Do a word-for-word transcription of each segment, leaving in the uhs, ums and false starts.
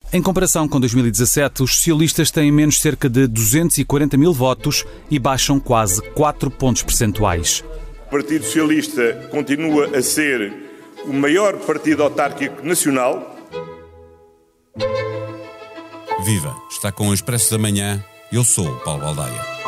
Em comparação com dois mil e dezassete, os socialistas têm menos cerca de duzentos e quarenta mil votos e baixam quase quatro pontos percentuais. O Partido Socialista continua a ser o maior partido autárquico nacional. Viva! Está com o Expresso da Manhã. Eu sou o Paulo Baldaia.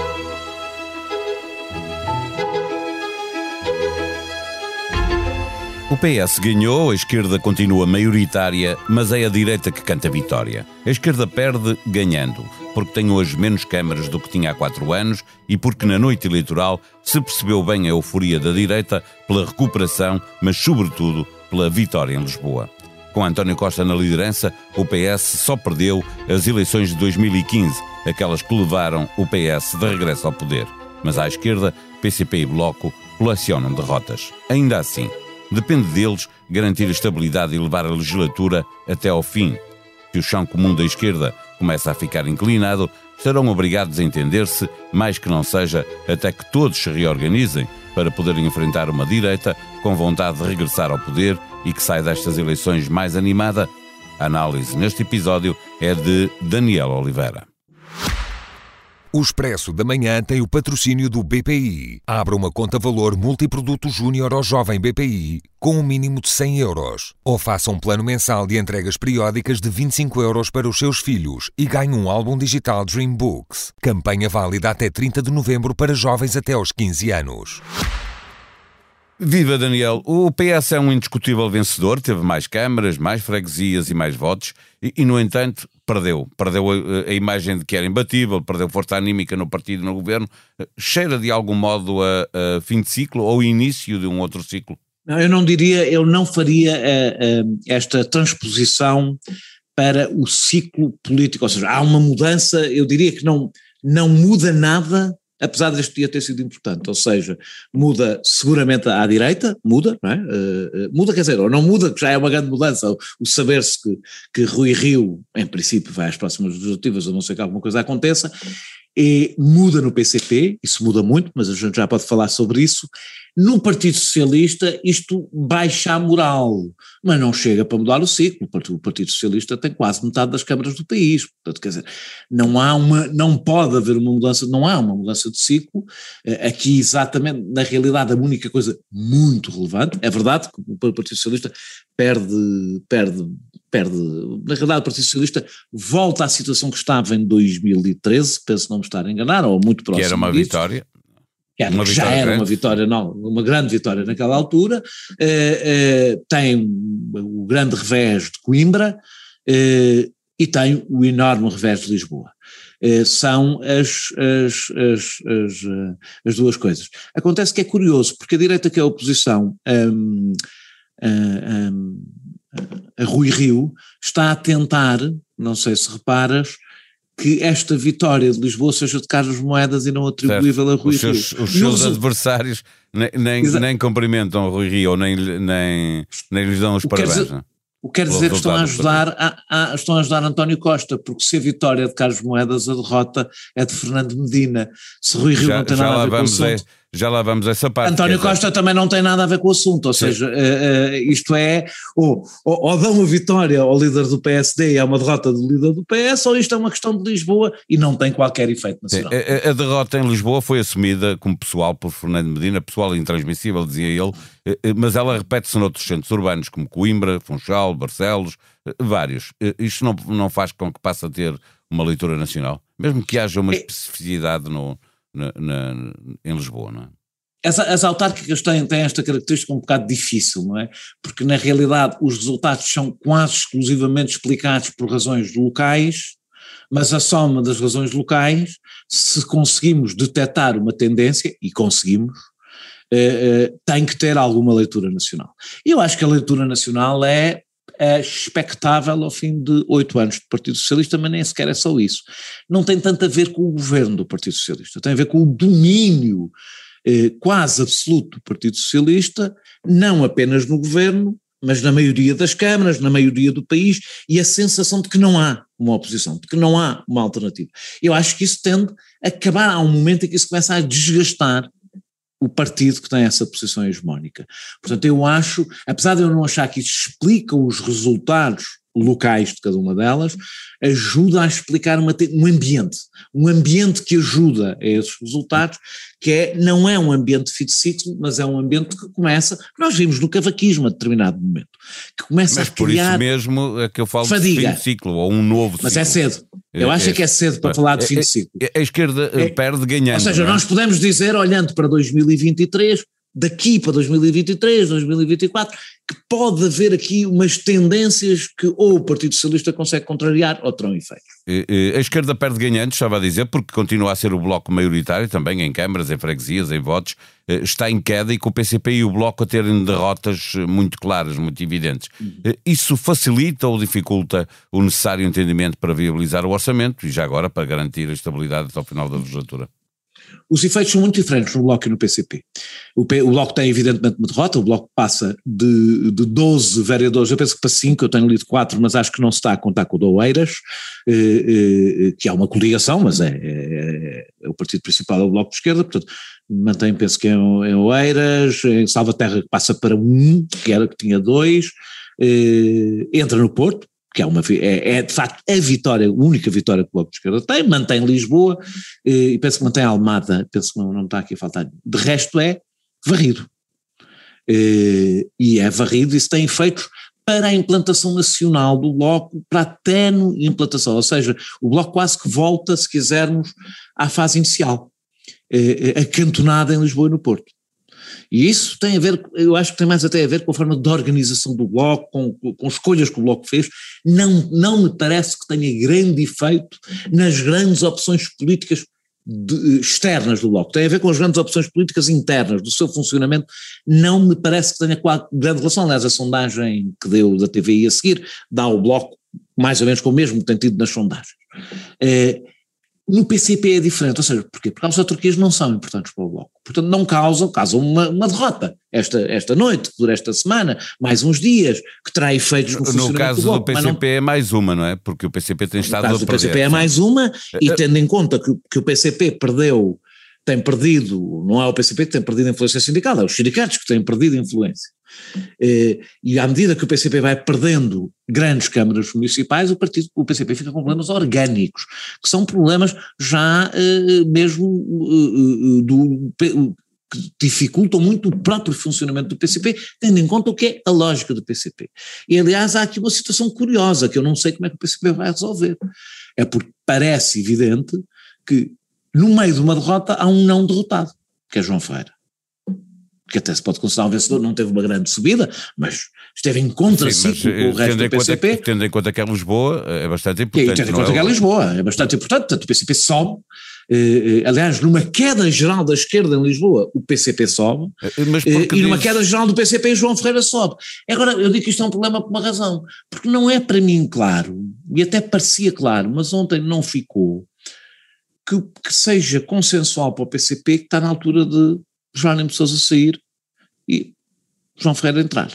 O P S ganhou, a esquerda continua maioritária, mas é a direita que canta vitória. A esquerda perde ganhando, porque tem hoje menos câmaras do que tinha há quatro anos e porque na noite eleitoral se percebeu bem a euforia da direita pela recuperação, mas sobretudo pela vitória em Lisboa. Com António Costa na liderança, o P S só perdeu as eleições de dois mil e quinze, aquelas que levaram o P S de regresso ao poder. Mas à esquerda, P C P e Bloco colecionam derrotas. Ainda assim, depende deles garantir a estabilidade e levar a legislatura até ao fim. Se o chão comum da esquerda começa a ficar inclinado, estarão obrigados a entender-se, mais que não seja, até que todos se reorganizem para poderem enfrentar uma direita com vontade de regressar ao poder e que sai destas eleições mais animada. A análise neste episódio é de Daniel Oliveira. O Expresso da Manhã tem o patrocínio do B P I. Abra uma conta valor multiproduto júnior ao jovem B P I com um mínimo de cem euros. Ou faça um plano mensal de entregas periódicas de vinte e cinco euros para os seus filhos e ganhe um álbum digital Dream Books. Campanha válida até trinta de novembro para jovens até aos quinze anos. Viva Daniel! O P S é um indiscutível vencedor, teve mais câmaras, mais freguesias e mais votos e, e no entanto, perdeu. Perdeu a, a imagem de que era imbatível, perdeu força anímica no partido e no governo. Cheira de algum modo a, a fim de ciclo ou início de um outro ciclo? Não, eu não diria, eu não faria uh, uh, esta transposição para o ciclo político, ou seja, há uma mudança, eu diria que não, não muda nada, apesar deste dia ter sido importante, ou seja, muda seguramente à direita, muda, não é? Uh, muda, quer dizer, ou não muda, que já é uma grande mudança, o, o saber-se que, que Rui Rio, em princípio, vai às próximas legislativas, a não ser que alguma coisa aconteça, e muda no P C P, isso muda muito, mas a gente já pode falar sobre isso. No Partido Socialista isto baixa a moral, mas não chega para mudar o ciclo. O Partido Socialista tem quase metade das câmaras do país, portanto, quer dizer, não há uma, não pode haver uma mudança, não há uma mudança de ciclo. Aqui exatamente, na realidade, a única coisa muito relevante, é verdade que o Partido Socialista perde, perde, perde, na realidade o Partido Socialista volta à situação que estava em dois mil e treze, penso não me estar a enganar, ou muito próximo disso. Que era uma disso. vitória. Era, uma já era grande. uma vitória, não, uma grande vitória naquela altura, eh, eh, tem o grande revés de Coimbra eh, e tem o enorme revés de Lisboa. Eh, são as, as, as, as, as duas coisas. Acontece que é curioso, porque a direita que é a oposição um, a, a, a Rui Rio está a tentar, não sei se reparas, que esta vitória de Lisboa seja de Carlos Moedas e não atribuível certo. a Rui os Rio. Seus, os seus adversários nem, nem, nem cumprimentam Rui Rio, nem, nem, nem lhes dão os parabéns. Dizer, o que quer dizer que estão a, ajudar a, a, estão a ajudar António Costa, porque se a vitória é de Carlos Moedas, a derrota é de Fernando Medina. Se Rui Rio já, não tem nada a ver com o assunto... É, já lá vamos a essa parte. António Costa dizer... também não tem nada a ver com o assunto, ou Sim. seja, uh, uh, isto é, ou, ou, ou dão a vitória ao líder do P S D e é uma derrota do líder do P S, ou isto é uma questão de Lisboa e não tem qualquer efeito nacional. A, a derrota em Lisboa foi assumida como pessoal por Fernando Medina, pessoal intransmissível, dizia ele, mas ela repete-se noutros centros urbanos, como Coimbra, Funchal, Barcelos, vários. Isto não, não faz com que passe a ter uma leitura nacional, mesmo que haja uma especificidade no... Na, na, em Lisboa, não é? As, as autárquicas têm, têm esta característica um bocado difícil, não é? Porque na realidade os resultados são quase exclusivamente explicados por razões locais, mas a soma das razões locais, se conseguimos detectar uma tendência, e conseguimos, eh, eh, tem que ter alguma leitura nacional. E eu acho que a leitura nacional é é expectável ao fim de oito anos do Partido Socialista, mas nem sequer é só isso. Não tem tanto a ver com o governo do Partido Socialista, tem a ver com o domínio eh, quase absoluto do Partido Socialista, não apenas no governo, mas na maioria das câmaras, na maioria do país, e a sensação de que não há uma oposição, de que não há uma alternativa. Eu acho que isso tende a acabar, há um momento em que isso começa a desgastar o partido que tem essa posição hegemónica. Portanto, eu acho, apesar de eu não achar que isso explica os resultados locais de cada uma delas, ajuda a explicar uma, um ambiente, um ambiente que ajuda a esses resultados, que é, não é um ambiente de fim de ciclo, mas é um ambiente que começa, nós vimos no cavaquismo a determinado momento, que começa mas a criar por isso mesmo é que eu falo fadiga. de fim de ciclo, ou um novo mas ciclo. Mas é cedo, eu é, acho é, que é cedo para é, falar de fim é, de ciclo. A esquerda é, perde ganhando. Ou seja, não é? nós podemos dizer, olhando para dois mil e vinte e três, daqui para dois mil e vinte e três, dois mil e vinte e quatro, que pode haver aqui umas tendências que ou o Partido Socialista consegue contrariar ou terão efeitos. A esquerda perde ganhando, estava a dizer, porque continua a ser o bloco maioritário também em câmaras, em freguesias, em votos, está em queda e com o P C P e o bloco a terem derrotas muito claras, muito evidentes. Uhum. Isso facilita ou dificulta o necessário entendimento para viabilizar o orçamento e já agora para garantir a estabilidade até ao final da legislatura? Os efeitos são muito diferentes no Bloco e no P C P. O, P, o Bloco tem evidentemente uma derrota, o Bloco passa de, de doze vereadores, eu penso que para cinco, eu tenho lido quatro, mas acho que não se está a contar com o de Oeiras, eh, eh, que é uma coligação, mas é, é, é o partido principal, é o Bloco de Esquerda, portanto mantém, penso que é, é Oeiras, em Salvaterra passa para um, que era que tinha dois, eh, entra no Porto, que é, uma, é, é de facto a vitória, a única vitória que o Bloco de Esquerda tem, mantém Lisboa e penso que mantém Almada, penso que não, não está aqui a faltar, de resto é varrido, e, e é varrido, isso tem efeitos para a implantação nacional do Bloco, para a tenue implantação, ou seja, o Bloco quase que volta, se quisermos, à fase inicial, acantonada em Lisboa e no Porto. E isso tem a ver, eu acho que tem mais até a ver com a forma de organização do Bloco, com, com escolhas que o Bloco fez, não, não me parece que tenha grande efeito nas grandes opções políticas de, externas do Bloco, tem a ver com as grandes opções políticas internas do seu funcionamento, não me parece que tenha quase grande relação. Aliás, a sondagem que deu da T V I a seguir dá ao Bloco mais ou menos com o mesmo que tem tido nas sondagens. É, No P C P é diferente, ou seja, porquê? Porque os autarquias não são importantes para o Bloco, portanto não causam, causam uma, uma derrota esta, esta noite, que dura esta semana, mais uns dias, que terá efeitos no, no funcionamento do Bloco. No caso do P C P não, é mais uma, não é? Porque o P C P tem estado a perder. No caso do P C P é mais uma, e tendo em conta que, que o P C P perdeu, tem perdido, não é o P C P que tem perdido influência sindical, é os sindicatos que têm perdido influência. E à medida que o P C P vai perdendo grandes câmaras municipais, o, partido, o P C P fica com problemas orgânicos, que são problemas já mesmo do, que dificultam muito o próprio funcionamento do P C P, tendo em conta o que é a lógica do P C P. E aliás há aqui uma situação curiosa, que eu não sei como é que o P C P vai resolver, é porque parece evidente que no meio de uma derrota há um não derrotado, que é João Ferreira, que até se pode considerar um vencedor, não teve uma grande subida, mas esteve em contraciclo com o resto do P C P. Conta, tendo em conta que é Lisboa, é bastante importante. E tendo em conta é? que é Lisboa, é bastante importante, portanto o P C P sobe, eh, aliás numa queda geral da esquerda em Lisboa, o P C P sobe, mas eh, e diz... numa queda geral do P C P João Ferreira sobe. Agora eu digo que isto é um problema por uma razão, porque não é para mim claro, e até parecia claro, mas ontem não ficou, que, que seja consensual para o P C P que está na altura de Jerónimo de Sousa sair e João Ferreira entrar.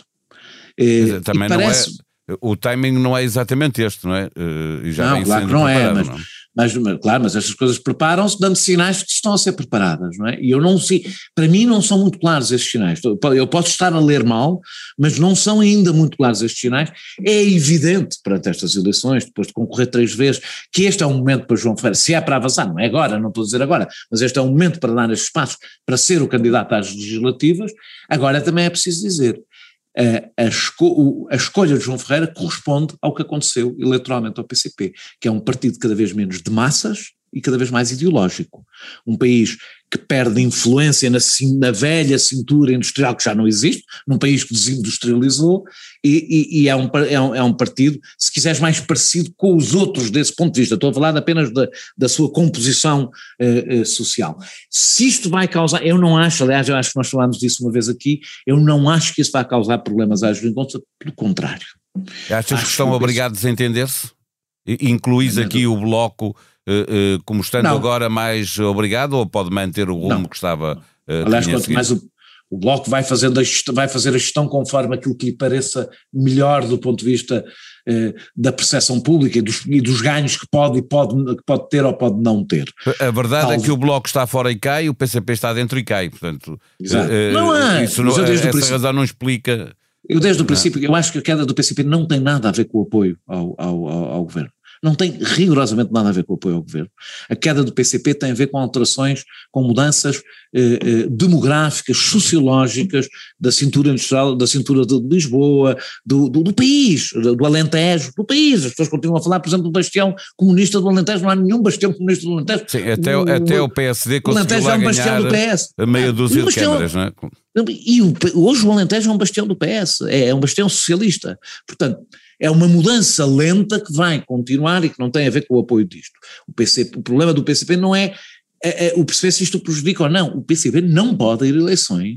É, também parece... não é, o timing não é exatamente este, não é? E já não, vem claro sendo que não é, não? Mas, mas, claro, mas estas coisas preparam-se dando sinais que estão a ser preparadas, não é? E eu não sei, para mim não são muito claros estes sinais, eu posso estar a ler mal, mas não são ainda muito claros estes sinais. É evidente perante estas eleições, depois de concorrer três vezes, que este é um momento para João Ferreira, se é para avançar, não é agora, não estou a dizer agora, mas este é um momento para dar estes passos para ser o candidato às legislativas. Agora também é preciso dizer, A, a, esco, a escolha de João Ferreira corresponde ao que aconteceu eleitoralmente ao P C P, que é um partido cada vez menos de massas e cada vez mais ideológico. Um país que perde influência na, na velha cintura industrial que já não existe, num país que desindustrializou, e, e, e é, um, é, um, é um partido, se quiseres, mais parecido com os outros desse ponto de vista. Estou a falar apenas da, da sua composição uh, uh, social. Se isto vai causar, eu não acho, aliás, eu acho que nós falámos disso uma vez aqui, eu não acho que isso vai causar problemas às geringonças, pelo contrário. Achas acho que estão que obrigados isso... a entender-se? Incluís aqui o Bloco Uh, uh, como estando não. agora mais obrigado, ou pode manter o rumo não. que estava uh, aliás, quanto mais o, o Bloco vai, fazendo a gestão, vai fazer a gestão conforme aquilo que lhe pareça melhor do ponto de vista uh, da percepção pública e dos, e dos ganhos que pode, e pode, que pode ter ou pode não ter. A verdade Talvez. é que o Bloco está fora e cai, o P C P está dentro e cai, portanto uh, não é, isso não, essa razão não explica Eu desde o princípio, eu acho que a queda do P C P não tem nada a ver com o apoio ao, ao, ao, ao governo. Não tem rigorosamente nada a ver com o apoio ao governo. A queda do P C P tem a ver com alterações, com mudanças eh, eh, demográficas, sociológicas, da cintura industrial, da cintura de Lisboa, do, do, do país, do Alentejo, do país. As pessoas continuam a falar, por exemplo, do bastião comunista do Alentejo, não há nenhum bastião comunista do Alentejo. Sim, até o, até o P S D conseguiu lá é um ganhar do P S. a meia dúzia de bastião, câmaras, não é? E o, hoje o Alentejo é um bastião do P S, é, é um bastião socialista. Portanto, é uma mudança lenta que vai continuar e que não tem a ver com o apoio disto. O, P C P, o problema do P C P não é, é, é o perceber se isto prejudica ou não. O P C P não pode ir a eleições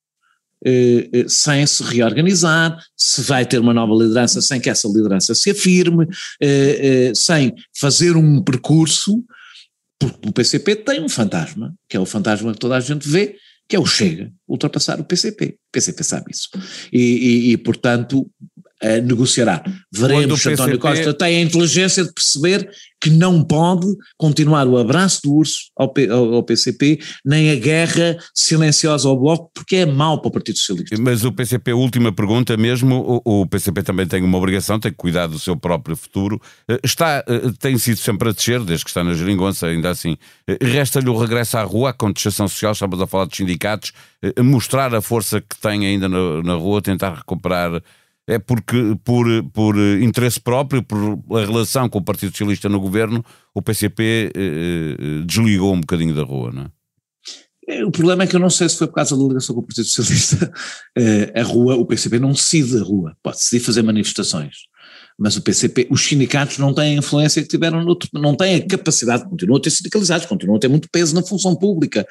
eh, eh, sem se reorganizar, se vai ter uma nova liderança sem que essa liderança se afirme, eh, eh, sem fazer um percurso, porque o P C P tem um fantasma, que é o fantasma que toda a gente vê, que é o Chega, ultrapassar o P C P. O P C P sabe isso. E, e, e portanto, Uh, negociará. Veremos se António Costa tem a inteligência de perceber que não pode continuar o abraço do urso ao, P, ao, ao P C P, nem a guerra silenciosa ao Bloco, porque é mau para o Partido Socialista. Mas o P C P, última pergunta mesmo, o, o P C P também tem uma obrigação, tem que cuidar do seu próprio futuro. Está, tem sido sempre a descer, desde que está na geringonça, ainda assim. Resta-lhe o regresso à rua, a contestação social, estamos a falar de sindicatos, mostrar a força que tem ainda na, na rua, tentar recuperar. É porque, por, por interesse próprio, por a relação com o Partido Socialista no governo, o P C P eh, desligou um bocadinho da rua, não é? O problema é que eu não sei se foi por causa da ligação com o Partido Socialista. A rua, o P C P não decide a rua, pode decidir fazer manifestações, mas o P C P, os sindicatos não têm a influência que tiveram, no, não têm a capacidade, continuam a ter sindicalizados, continuam a ter muito peso na função pública,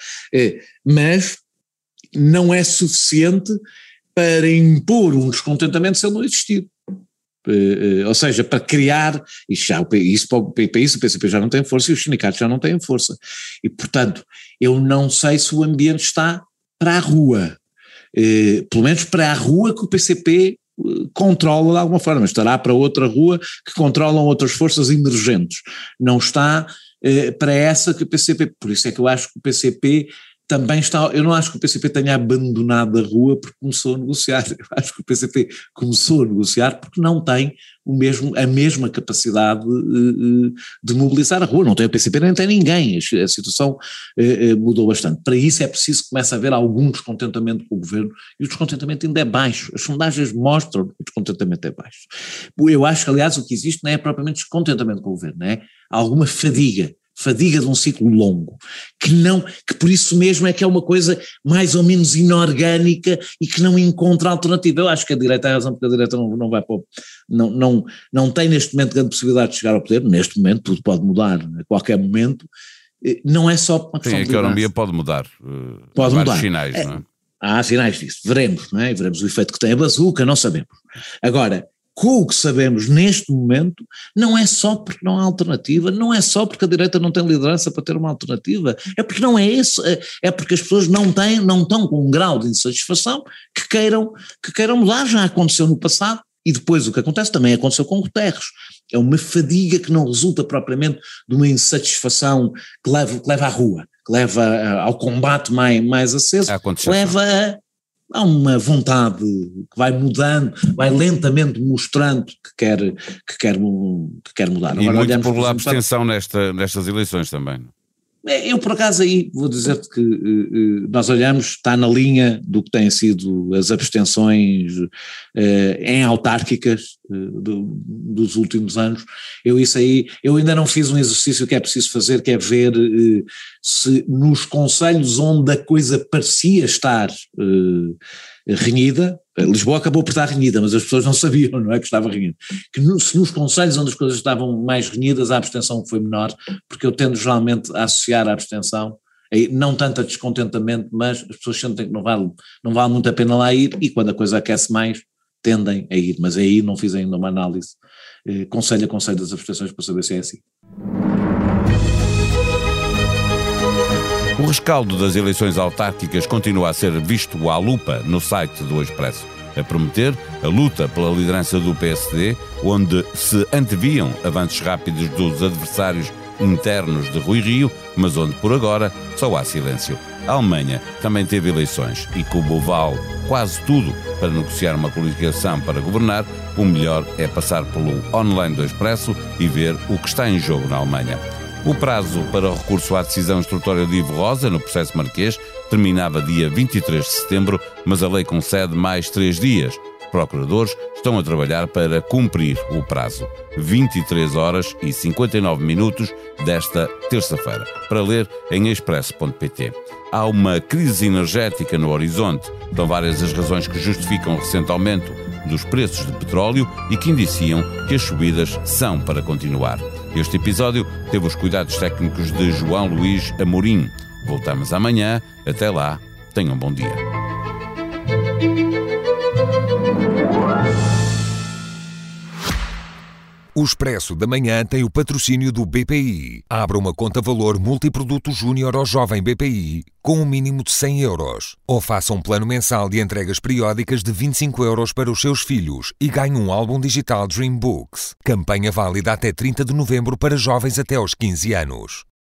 mas não é suficiente para impor um descontentamento se ele não existir. Uh, uh, ou seja, para criar, e já, isso, para isso o P C P já não tem força e os sindicatos já não têm força. E, portanto, eu não sei se o ambiente está para a rua. Uh, pelo menos para a rua que o P C P uh, controla de alguma forma. Estará para outra rua que controlam outras forças emergentes. Não está uh, para essa que o P C P... Por isso é que eu acho que o P C P... também está, eu não acho que o P C P tenha abandonado a rua porque começou a negociar, eu acho que o P C P começou a negociar porque não tem o mesmo, a mesma capacidade uh, de mobilizar a rua, não tem o P C P nem tem ninguém, a, a situação uh, uh, mudou bastante. Para isso é preciso que comece a haver algum descontentamento com o governo e o descontentamento ainda é baixo, as sondagens mostram que o descontentamento é baixo. Eu acho que aliás o que existe não é propriamente descontentamento com o governo, é alguma fadiga, fadiga de um ciclo longo, que não, que por isso mesmo é que é uma coisa mais ou menos inorgânica e que não encontra alternativa. Eu acho que a direita tem razão, porque a direita não, não vai para o, não, não, não tem neste momento grande possibilidade de chegar ao poder, neste momento tudo pode mudar a qualquer momento, não é só uma questão Sim, de a economia pode mudar, pode há mudar. Sinais, é, não é? Há sinais disso, veremos, não é? Veremos o efeito que tem a bazuca, não sabemos. Agora, com o que sabemos neste momento, não é só porque não há alternativa, não é só porque a direita não tem liderança para ter uma alternativa, é porque não é isso, é, é porque as pessoas não têm, não estão com um grau de insatisfação que queiram, que queiram mudar. Já aconteceu no passado e depois o que acontece também aconteceu com Guterres. É uma fadiga que não resulta propriamente de uma insatisfação que leva, que leva à rua, que leva ao combate mais, mais aceso, leva a há uma vontade que vai mudando, vai lentamente mostrando que quer, que quer, que quer mudar. E Agora, muito por a abstenção nesta, nestas eleições também. Eu por acaso aí vou dizer-te que uh, nós olhamos, está na linha do que têm sido as abstenções uh, em autárquicas uh, do, dos últimos anos. Eu isso aí, eu ainda não fiz um exercício que é preciso fazer, que é ver uh, se nos concelhos onde a coisa parecia estar uh, renhida, Lisboa acabou por estar renhida, mas as pessoas não sabiam, não é, que estava renhida, que no, se nos concelhos onde as coisas estavam mais renhidas a abstenção foi menor, porque eu tendo geralmente a associar a abstenção, não tanto a descontentamento, mas as pessoas sentem que não vale, não vale muito a pena lá ir e quando a coisa aquece mais tendem a ir, mas aí não fiz ainda uma análise, eh, conselho a conselho das abstenções para saber se é assim. O rescaldo das eleições autárquicas continua a ser visto à lupa no site do Expresso. A prometer a luta pela liderança do P S D, onde se anteviam avanços rápidos dos adversários internos de Rui Rio, mas onde por agora só há silêncio. A Alemanha também teve eleições e como vale quase tudo para negociar uma coligação para governar, o melhor é passar pelo online do Expresso e ver o que está em jogo na Alemanha. O prazo para o recurso à decisão instrutória de Ivo Rosa no processo marquês terminava dia vinte e três de setembro, mas a lei concede mais três dias. Os procuradores estão a trabalhar para cumprir o prazo. vinte e três horas e cinquenta e nove minutos desta terça-feira. Para ler em expresso ponto pt. Há uma crise energética no horizonte. São várias as razões que justificam o recente aumento dos preços de petróleo e que indiciam que as subidas são para continuar. Este episódio teve os cuidados técnicos de João Luís Amorim. Voltamos amanhã. Até lá. Tenham um bom dia. O Expresso da Manhã tem o patrocínio do B P I. Abra uma conta valor multiproduto júnior ao jovem B P I com um mínimo de cem euros. Ou faça um plano mensal de entregas periódicas de vinte e cinco euros para os seus filhos e ganhe um álbum digital Dream Books. Campanha válida até trinta de novembro para jovens até aos quinze anos.